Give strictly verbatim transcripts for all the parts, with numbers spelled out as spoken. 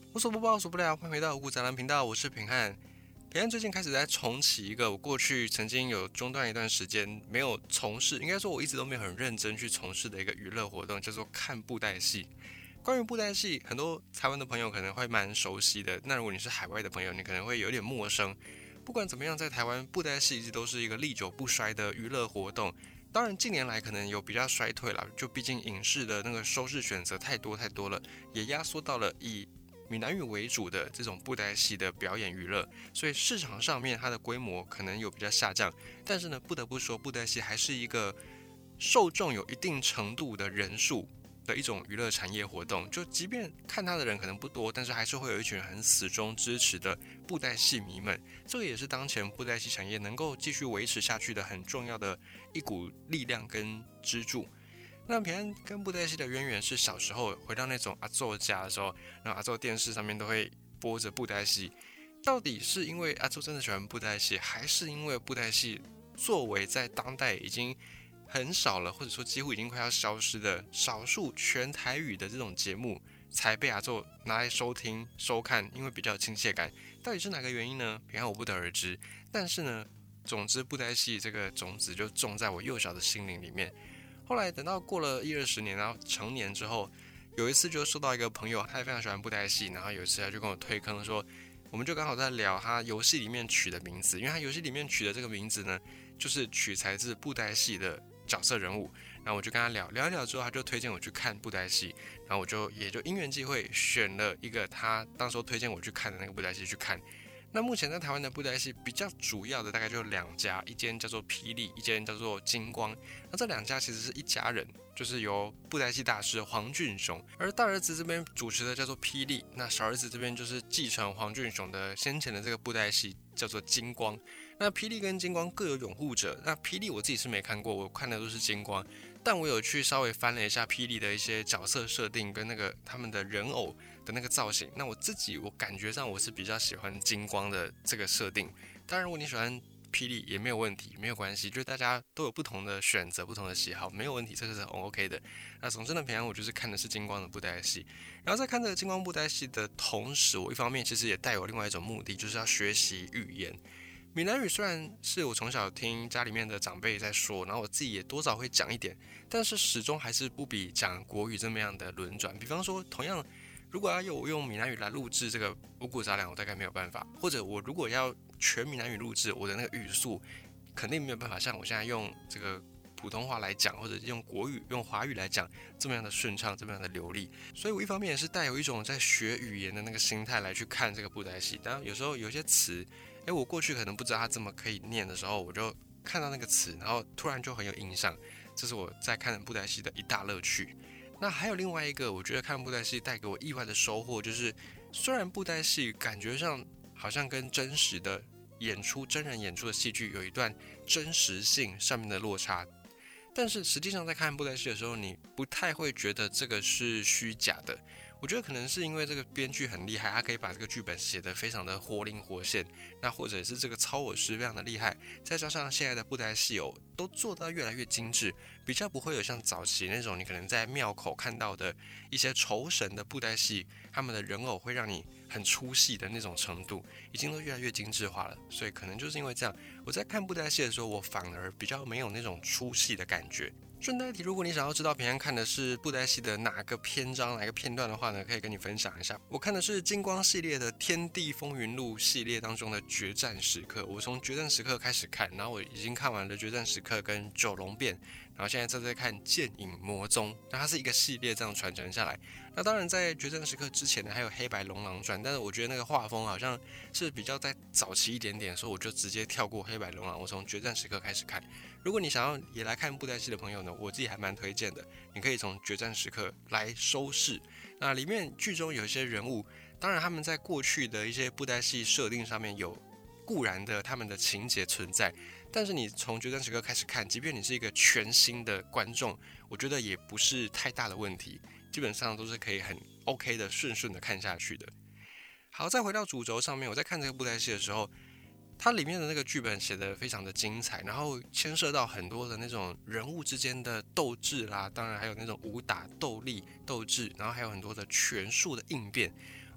无所不包，无所不聊，欢迎回到五谷杂粮频道，我是平汉。平汉最近开始在重启一个我过去曾经有中断一段时间没有从事，应该说我一直都没有很认真去从事的一个娱乐活动，叫做看布袋戏。关于布袋戏，很多台湾的朋友可能会蛮熟悉的，那如果你是海外的朋友，你可能会有点陌生。不管怎么样，在台湾布袋戏一直都是一个历久不衰的娱乐活动。当然，近年来可能有比较衰退了，就毕竟影视的那个收视选择太多太多了，也压缩到了以闽南语为主的这种布袋戏的表演娱乐，所以市场上面它的规模可能有比较下降。但是呢，不得不说，布袋戏还是一个受众有一定程度的人数的一种娱乐产业活动。就即便看它的人可能不多，但是还是会有一群人很死忠支持的布袋戏迷们。这个也是当前布袋戏产业能够继续维持下去的很重要的一股力量跟支柱。那平安跟布袋戏的渊源是小时候回到那种阿祖家的时候，然后阿祖电视上面都会播着布袋戏。到底是因为阿祖真的喜欢布袋戏，还是因为布袋戏作为在当代已经很少了，或者说几乎已经快要消失的少数全台语的这种节目，才被阿祖拿来收听收看，因为比较有亲切感？到底是哪个原因呢？平安我不得而知。但是呢，总之布袋戏这个种子就种在我幼小的心灵里面。后来等到过了一二十年，然后成年之后，有一次就收到一个朋友，他也非常喜欢布袋戏，然后有一次他就跟我推坑说，我们就刚好在聊他游戏里面取的名字，因为他游戏里面取的这个名字呢，就是取材自布袋戏的角色人物。然后我就跟他聊聊一聊之后，他就推荐我去看布袋戏，然后我就也就因缘际会选了一个他当时候推荐我去看的那个布袋戏去看。那目前在台湾的布袋戏比较主要的大概就两家，一间叫做霹雳，一间叫做金光。那这两家其实是一家人，就是由布袋戏大师黄俊雄，而大儿子这边主持的叫做霹雳，那小儿子这边就是继承黄俊雄的先前的这个布袋戏，叫做金光。那霹雳跟金光各有拥护者，那霹雳我自己是没看过，我看的都是金光，但我有去稍微翻了一下霹雳的一些角色设定跟那个他们的人偶的那个造型。那我自己我感觉上我是比较喜欢金光的这个设定，当然如果你喜欢霹雳也没有问题，没有关系，就是大家都有不同的选择，不同的喜好，没有问题，这个是很 OK 的。那总之呢，平常我就是看的是金光的布袋戏，然后在看这个金光布袋戏的同时，我一方面其实也带有另外一种目的，就是要学习语言。闽南语虽然是我从小听家里面的长辈在说，然后我自己也多少会讲一点，但是始终还是不比讲国语这么样的轮转。比方说，同样如果要有用闽南语来录制这个五谷杂粮，我大概没有办法；或者我如果要全闽南语录制，我的那个语速肯定没有办法像我现在用这个普通话来讲，或者用国语、用华语来讲这么样的顺畅，这么样的流利。所以我一方面也是带有一种在学语言的那个心态来去看这个布袋戏。当然有时候有些词，哎，我过去可能不知道它这么可以念的时候，我就看到那个词，然后突然就很有印象。这是我在看布袋戏的一大乐趣。那还有另外一个，我觉得看布袋戏带给我意外的收获，就是虽然布袋戏感觉上好像跟真实的演出、真人演出的戏剧有一段真实性上面的落差，但是实际上在看布袋戏的时候，你不太会觉得这个是虚假的。我觉得可能是因为这个编剧很厉害，他可以把这个剧本写得非常的活灵活现，那或者是这个操偶师非常的厉害，再加上现在的布袋戏哦都做到越来越精致，比较不会有像早期那种你可能在庙口看到的一些酬神的布袋戏，他们的人偶会让你很出戏的那种程度，已经都越来越精致化了。所以可能就是因为这样，我在看布袋戏的时候，我反而比较没有那种出戏的感觉。顺带一提，如果你想要知道平安看的是布袋戏的哪个篇章、哪个片段的话呢，可以跟你分享一下。我看的是金光系列的《天地风云录》系列当中的决战时刻。我从决战时刻开始看，然后我已经看完了决战时刻跟九龙变，然后现在正在看剑影魔宗。那它是一个系列这样传承下来。那当然在决战时刻之前呢，还有黑白龙狼传，但是我觉得那个画风好像是比较在早期一点点，所以我就直接跳过黑白龙狼，我从决战时刻开始看。如果你想要也来看布袋戏的朋友呢，我自己还蛮推荐的。你可以从决战时刻来收视。那里面剧中有一些人物，当然他们在过去的一些布袋戏设定上面有固然的他们的情节存在，但是你从决战时刻开始看，即便你是一个全新的观众，我觉得也不是太大的问题，基本上都是可以很 OK 的顺顺的看下去的。好，再回到主轴上面，我在看这个布袋戏的时候，它里面的那个剧本写得非常的精彩，然后牵涉到很多的那种人物之间的斗智啦，当然还有那种武打斗力斗智，然后还有很多的拳术的应变。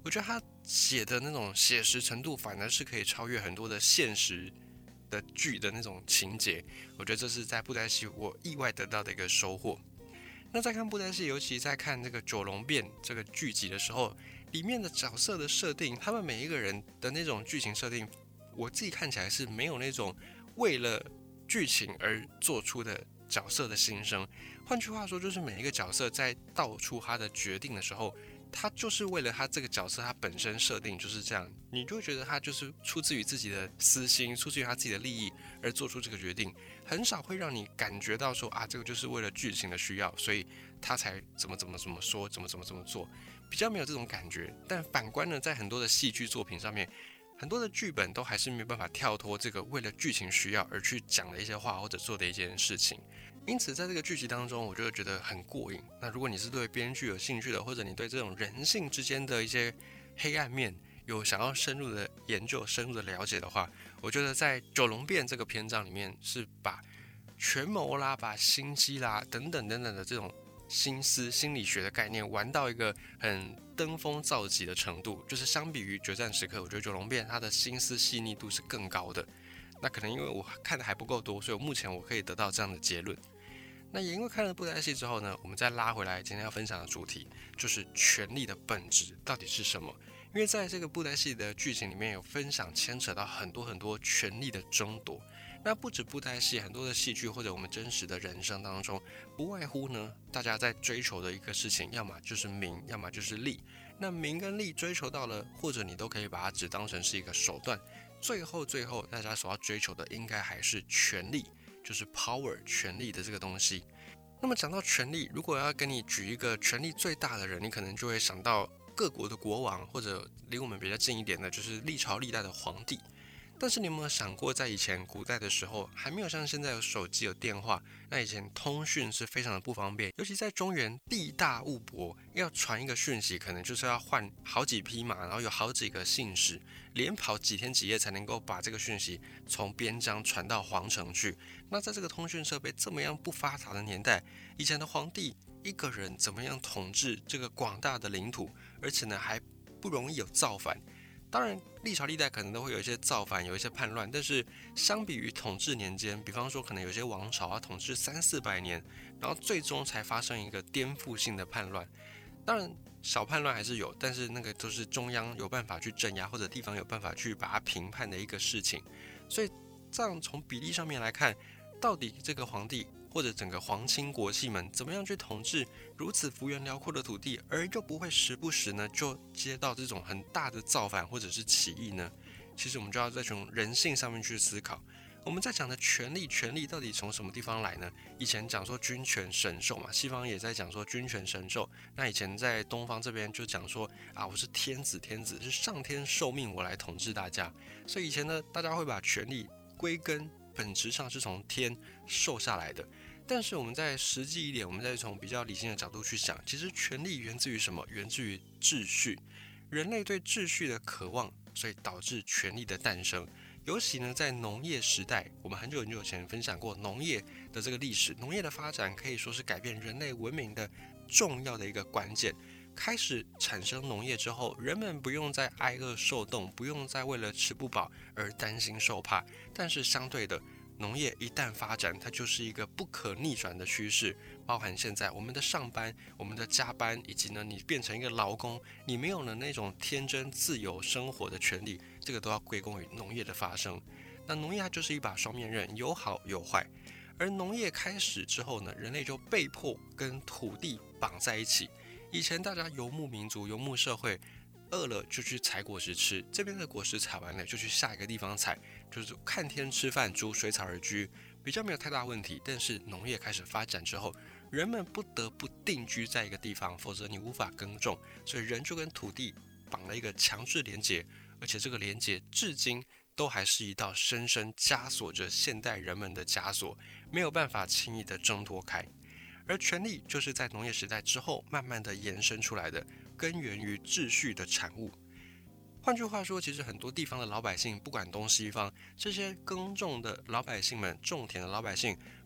我觉得他写的那种写实程度，反而是可以超越很多的现实的剧的那种情节。我觉得这是在布袋戏我意外得到的一个收获。那在看布袋戏，尤其在看这个《九龙变》这个剧集的时候，里面的角色的设定，他们每一个人的那种剧情设定，我自己看起来是没有那种为了剧情而做出的角色的心声。换句话说，就是每一个角色在道出他的决定的时候，他就是为了他这个角色他本身设定就是这样，你就会觉得他就是出自于自己的私心，出自于他自己的利益而做出这个决定，很少会让你感觉到说啊，这个就是为了剧情的需要，所以他才怎么怎么怎么说，怎么怎么怎么做，比较没有这种感觉。但反观呢，在很多的戏剧作品上面，很多的剧本都还是没有办法跳脱这个为了剧情需要而去讲的一些话或者做的一件事情。因此在这个剧集当中，我就觉得很过瘾。那如果你是对编剧有兴趣的，或者你对这种人性之间的一些黑暗面有想要深入的研究、深入的了解的话，我觉得在《九龙变》这个篇章里面是把权谋啦、把心机啦等等等等的这种心思心理学的概念玩到一个很登峰造极的程度。就是相比于决战时刻，我觉得《九龙变》它的心思细腻度是更高的。那可能因为我看的还不够多，所以我目前我可以得到这样的结论。那也因为看了布袋戏之后呢，我们再拉回来今天要分享的主题，就是权力的本质到底是什么。因为在这个布袋戏的剧情里面有分享牵扯到很多很多权力的争夺。那不止布袋戏，很多的戏剧或者我们真实的人生当中，不外乎呢大家在追求的一个事情，要么就是名，要么就是利。那名跟利追求到了，或者你都可以把它只当成是一个手段，最后最后大家所要追求的应该还是权力，就是 power 权力的这个东西。那么讲到权力，如果要跟你举一个权力最大的人，你可能就会想到各国的国王，或者离我们比较近一点的就是历朝历代的皇帝。但是你有没有想过，在以前古代的时候，还没有像现在有手机有电话，那以前通讯是非常的不方便，尤其在中原地大物博，要传一个讯息可能就是要换好几匹马，然后有好几个信使，连跑几天几夜才能够把这个讯息从边疆传到皇城去。那在这个通讯设备这么样不发达的年代，以前的皇帝一个人怎么样统治这个广大的领土，而且呢还不容易有造反。当然历朝历代可能都会有一些造反，有一些叛乱，但是相比于统治年间，比方说可能有些王朝啊统治三四百年，然后最终才发生一个颠覆性的叛乱。当然小叛乱还是有，但是那个都是中央有办法去镇压，或者地方有办法去把它平判的一个事情。所以这样从比例上面来看，到底这个皇帝或者整个皇亲国戚们怎么样去统治如此幅员辽阔的土地，而又不会时不时呢就接到这种很大的造反或者是起义呢？其实我们就要在从人性上面去思考。我们在讲的权力，权力到底从什么地方来呢？以前讲说君权神授嘛，西方也在讲说君权神授。那以前在东方这边就讲说啊，我是天子，天子是上天受命我来统治大家。所以以前呢，大家会把权力归根本质上是从天授下来的。但是我们在实际一点，我们再从比较理性的角度去想，其实权力源自于什么？源自于秩序。人类对秩序的渴望，所以导致权力的诞生。尤其呢，在农业时代，我们很久很久前分享过农业的这个历史，农业的发展可以说是改变人类文明的重要的一个关键。开始产生农业之后，人们不用再挨饿受冻，不用再为了吃不饱而担心受怕。但是相对的，农业一旦发展，它就是一个不可逆转的趋势。包含现在我们的上班、我们的加班，以及呢你变成一个劳工，你没有了那种天真自由生活的权利，这个都要归功于农业的发生。那农业它就是一把双面刃，有好有坏。而农业开始之后呢，人类就被迫跟土地绑在一起。以前大家游牧民族、游牧社会，饿了就去采果实吃，这边的果实采完了就去下一个地方采，就是看天吃饭，逐水草而居，比较没有太大问题。但是农业开始发展之后，人们不得不定居在一个地方，否则你无法耕种，所以人就跟土地绑了一个强制连结，而且这个连结至今都还是一道深深枷锁着现代人们的枷锁，没有办法轻易的挣脱开。而权力就是在农业时代之后慢慢的延伸出来的，根源于秩序的产物。换句话说，其实很多地方的老百姓，不管东西方，这些耕种的老百姓们，种田的老百姓，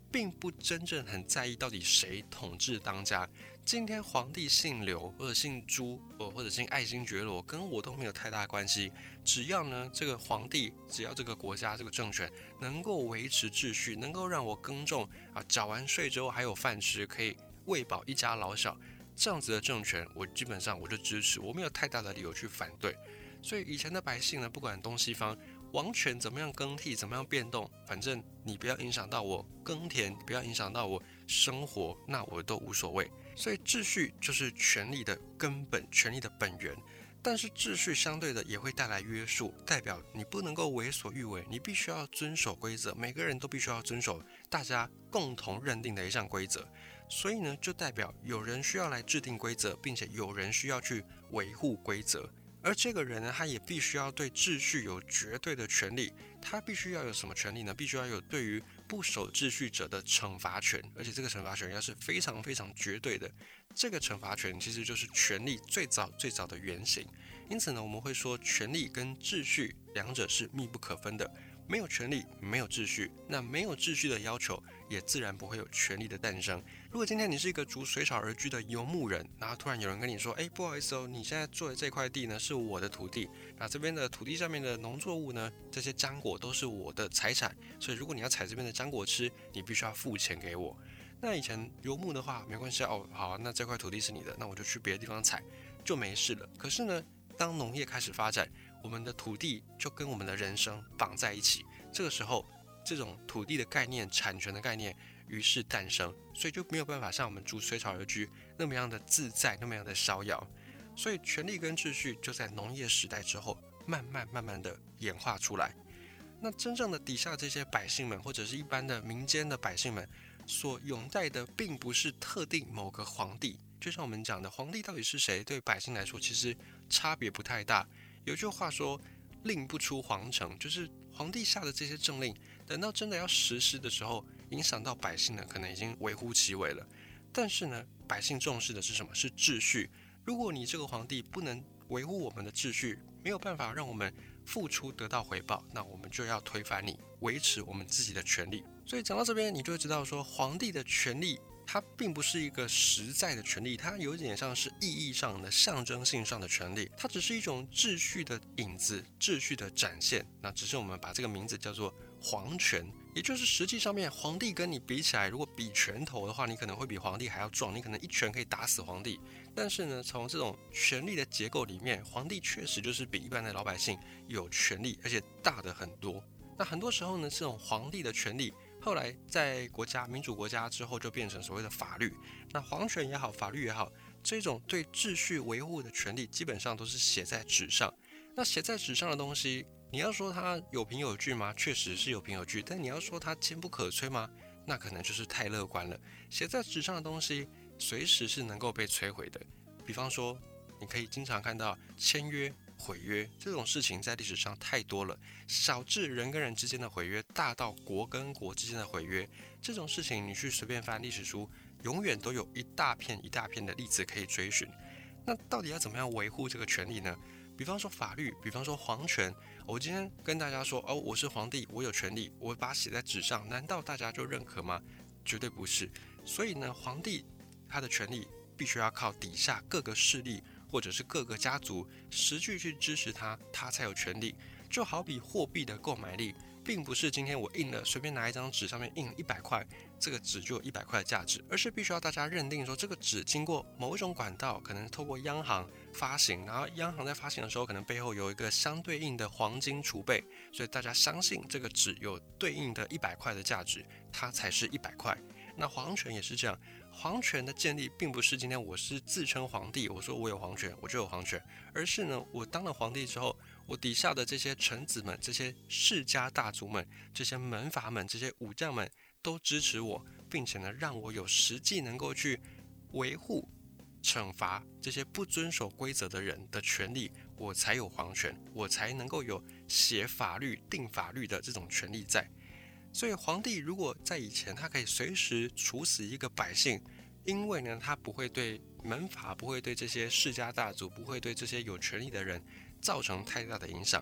并不真正很在意到底谁统治当家。今天皇帝姓刘或者姓朱或者姓爱新觉罗，跟我都没有太大关系。只要呢这个皇帝，只要这个国家这个政权能够维持秩序，能够让我耕种啊，缴完税之后还有饭吃，可以喂饱一家老小，这样子的政权，我基本上我就支持，我没有太大的理由去反对。所以以前的百姓呢，不管东西方王权怎么样更替，怎么样变动，反正你不要影响到我耕田，不要影响到我生活，那我都无所谓。所以秩序就是权力的根本，权力的本源。但是秩序相对的也会带来约束，代表你不能够为所欲为，你必须要遵守规则，每个人都必须要遵守大家共同认定的一项规则。所以呢，就代表有人需要来制定规则，并且有人需要去维护规则。而这个人呢，他也必须要对秩序有绝对的权利。他必须要有什么权利呢？必须要有对于不守秩序者的惩罚权，而且这个惩罚权要是非常非常绝对的。这个惩罚权其实就是权力最早最早的原型。因此呢，我们会说权力跟秩序两者是密不可分的。没有权力，没有秩序，那没有秩序的要求，也自然不会有权力的诞生。如果今天你是一个逐水草而居的游牧人，然后突然有人跟你说，哎，不好意思哦，你现在做的这块地呢是我的土地，那这边的土地上面的农作物呢，这些浆果都是我的财产，所以如果你要采这边的浆果吃，你必须要付钱给我。那以前游牧的话，没关系哦，好，那这块土地是你的，那我就去别的地方采，就没事了。可是呢，当农业开始发展，我们的土地就跟我们的人生绑在一起，这个时候这种土地的概念、产权的概念于是诞生，所以就没有办法像我们逐水草而居那么样的自在，那么样的逍遥。所以权力跟秩序就在农业时代之后慢慢慢慢的演化出来。那真正的底下这些百姓们，或者是一般的民间的百姓们，所拥戴的并不是特定某个皇帝，就像我们讲的，皇帝到底是谁，对百姓来说其实差别不太大。有句话说，令不出皇城，就是皇帝下的这些政令，等到真的要实施的时候，影响到百姓呢，可能已经微乎其微了。但是呢，百姓重视的是什么？是秩序。如果你这个皇帝不能维护我们的秩序，没有办法让我们付出得到回报，那我们就要推翻你，维持我们自己的权利。所以讲到这边，你就会知道说，皇帝的权利它并不是一个实在的权利，它有点像是意义上的象征性上的权利，它只是一种秩序的影子，秩序的展现。那只是我们把这个名字叫做皇权，也就是实际上面皇帝跟你比起来，如果比拳头的话，你可能会比皇帝还要壮，你可能一拳可以打死皇帝。但是呢，从这种权力的结构里面，皇帝确实就是比一般的老百姓有权力，而且大的很多。那很多时候呢，这种皇帝的权力后来在国家民主国家之后就变成所谓的法律。那皇权也好，法律也好，这种对秩序维护的权利基本上都是写在纸上。那写在纸上的东西，你要说它有凭有据吗？确实是有凭有据，但你要说它坚不可摧吗？那可能就是太乐观了。写在纸上的东西随时是能够被摧毁的。比方说，你可以经常看到签约毁约这种事情在历史上太多了，小至人跟人之间的毁约，大到国跟国之间的毁约，这种事情你去随便翻历史书，永远都有一大片一大片的例子可以追寻。那到底要怎么样维护这个权利呢？比方说法律，比方说皇权，我今天跟大家说，哦，我是皇帝，我有权利，我把它写在纸上，难道大家就认可吗？绝对不是。所以呢，皇帝他的权利必须要靠底下各个势力或者是各个家族实际去支持他，他才有权利。就好比货币的购买力，并不是今天我印了随便拿一张纸上面印一百块，这个纸就有一百块的价值，而是必须要大家认定说这个纸经过某一种管道，可能透过央行发行，然后央行在发行的时候可能背后有一个相对应的黄金储备，所以大家相信这个纸有对应的一百块的价值，它才是一百块。那皇权也是这样，皇权的建立并不是今天我是自称皇帝，我说我有皇权我就有皇权，而是呢，我当了皇帝之后，我底下的这些臣子们、这些世家大族们、这些门阀们、这些武将们都支持我，并且呢，让我有实际能够去维护、惩罚这些不遵守规则的人的权利，我才有皇权，我才能够有写法律、定法律的这种权利在。所以皇帝如果在以前，他可以随时处死一个百姓，因为呢，他不会对门阀，不会对这些世家大族，不会对这些有权力的人造成太大的影响。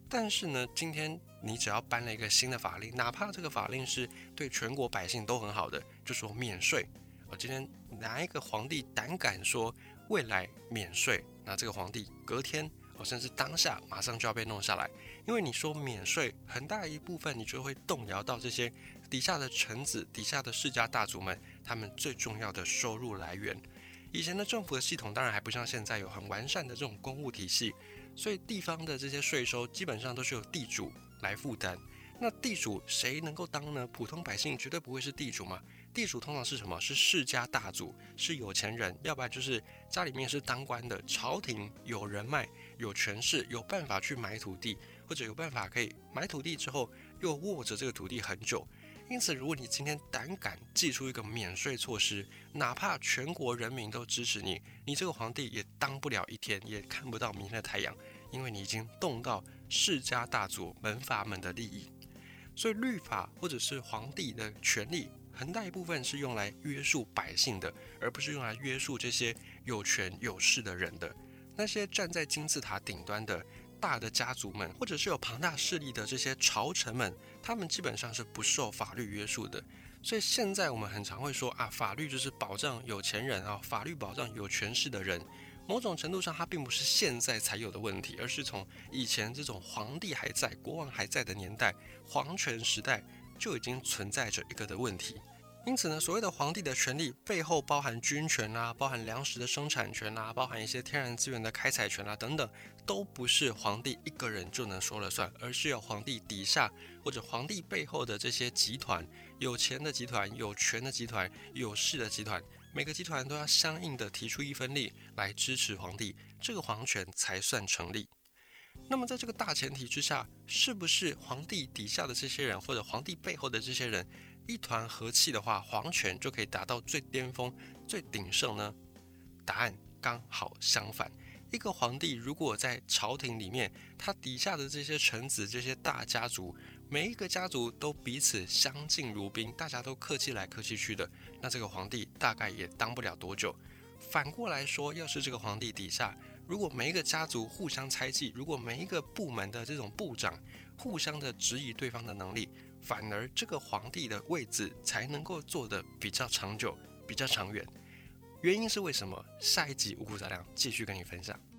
但是呢，今天你只要颁了一个新的法令，哪怕这个法令是对全国百姓都很好的，就说免税。我今天哪一个皇帝胆敢说未来免税，那这个皇帝隔天甚至当下马上就要被弄下来，因为你说免税，很大一部分你就会动摇到这些底下的臣子、底下的世家大族们，他们最重要的收入来源。以前的政府的系统当然还不像现在有很完善的这种公务体系，所以地方的这些税收基本上都是由地主来负担。那地主谁能够当呢？普通百姓绝对不会是地主嘛。地主通常是什么？是世家大族，是有钱人，要不然就是家里面是当官的，朝廷有人脉、有权势、有办法去买土地，或者有办法可以买土地之后又握着这个土地很久。因此，如果你今天胆敢祭出一个免税措施，哪怕全国人民都支持你，你这个皇帝也当不了一天，也看不到明天的太阳，因为你已经动到世家大族门阀们的利益。所以律法或者是皇帝的权利，很大一部分是用来约束百姓的，而不是用来约束这些有权有势的人的。那些站在金字塔顶端的大的家族们，或者是有庞大势力的这些朝臣们，他们基本上是不受法律约束的。所以现在我们很常会说啊，法律就是保障有钱人啊，法律保障有权势的人。某种程度上，它并不是现在才有的问题，而是从以前这种皇帝还在、国王还在的年代，皇权时代就已经存在着一个的问题。因此呢，所谓的皇帝的权利背后包含军权啊，包含粮食的生产权啊，包含一些天然资源的开采权啊等等，都不是皇帝一个人就能说了算，而是由皇帝底下或者皇帝背后的这些集团，有钱的集团、有权的集团、有势的集团，每个集团都要相应的提出一分力来支持皇帝，这个皇权才算成立。那么在这个大前提之下，是不是皇帝底下的这些人，或者皇帝背后的这些人一团和气的话，皇权就可以达到最巅峰、最鼎盛呢？答案刚好相反。一个皇帝如果在朝廷里面，他底下的这些臣子、这些大家族，每一个家族都彼此相敬如宾，大家都客气来客气去的，那这个皇帝大概也当不了多久。反过来说，要是这个皇帝底下，如果每一个家族互相猜忌，如果每一个部门的这种部长互相的质疑对方的能力，反而这个皇帝的位置才能够做得比较长久、比较长远。原因是为什么？下一集五谷杂粮继续跟你分享。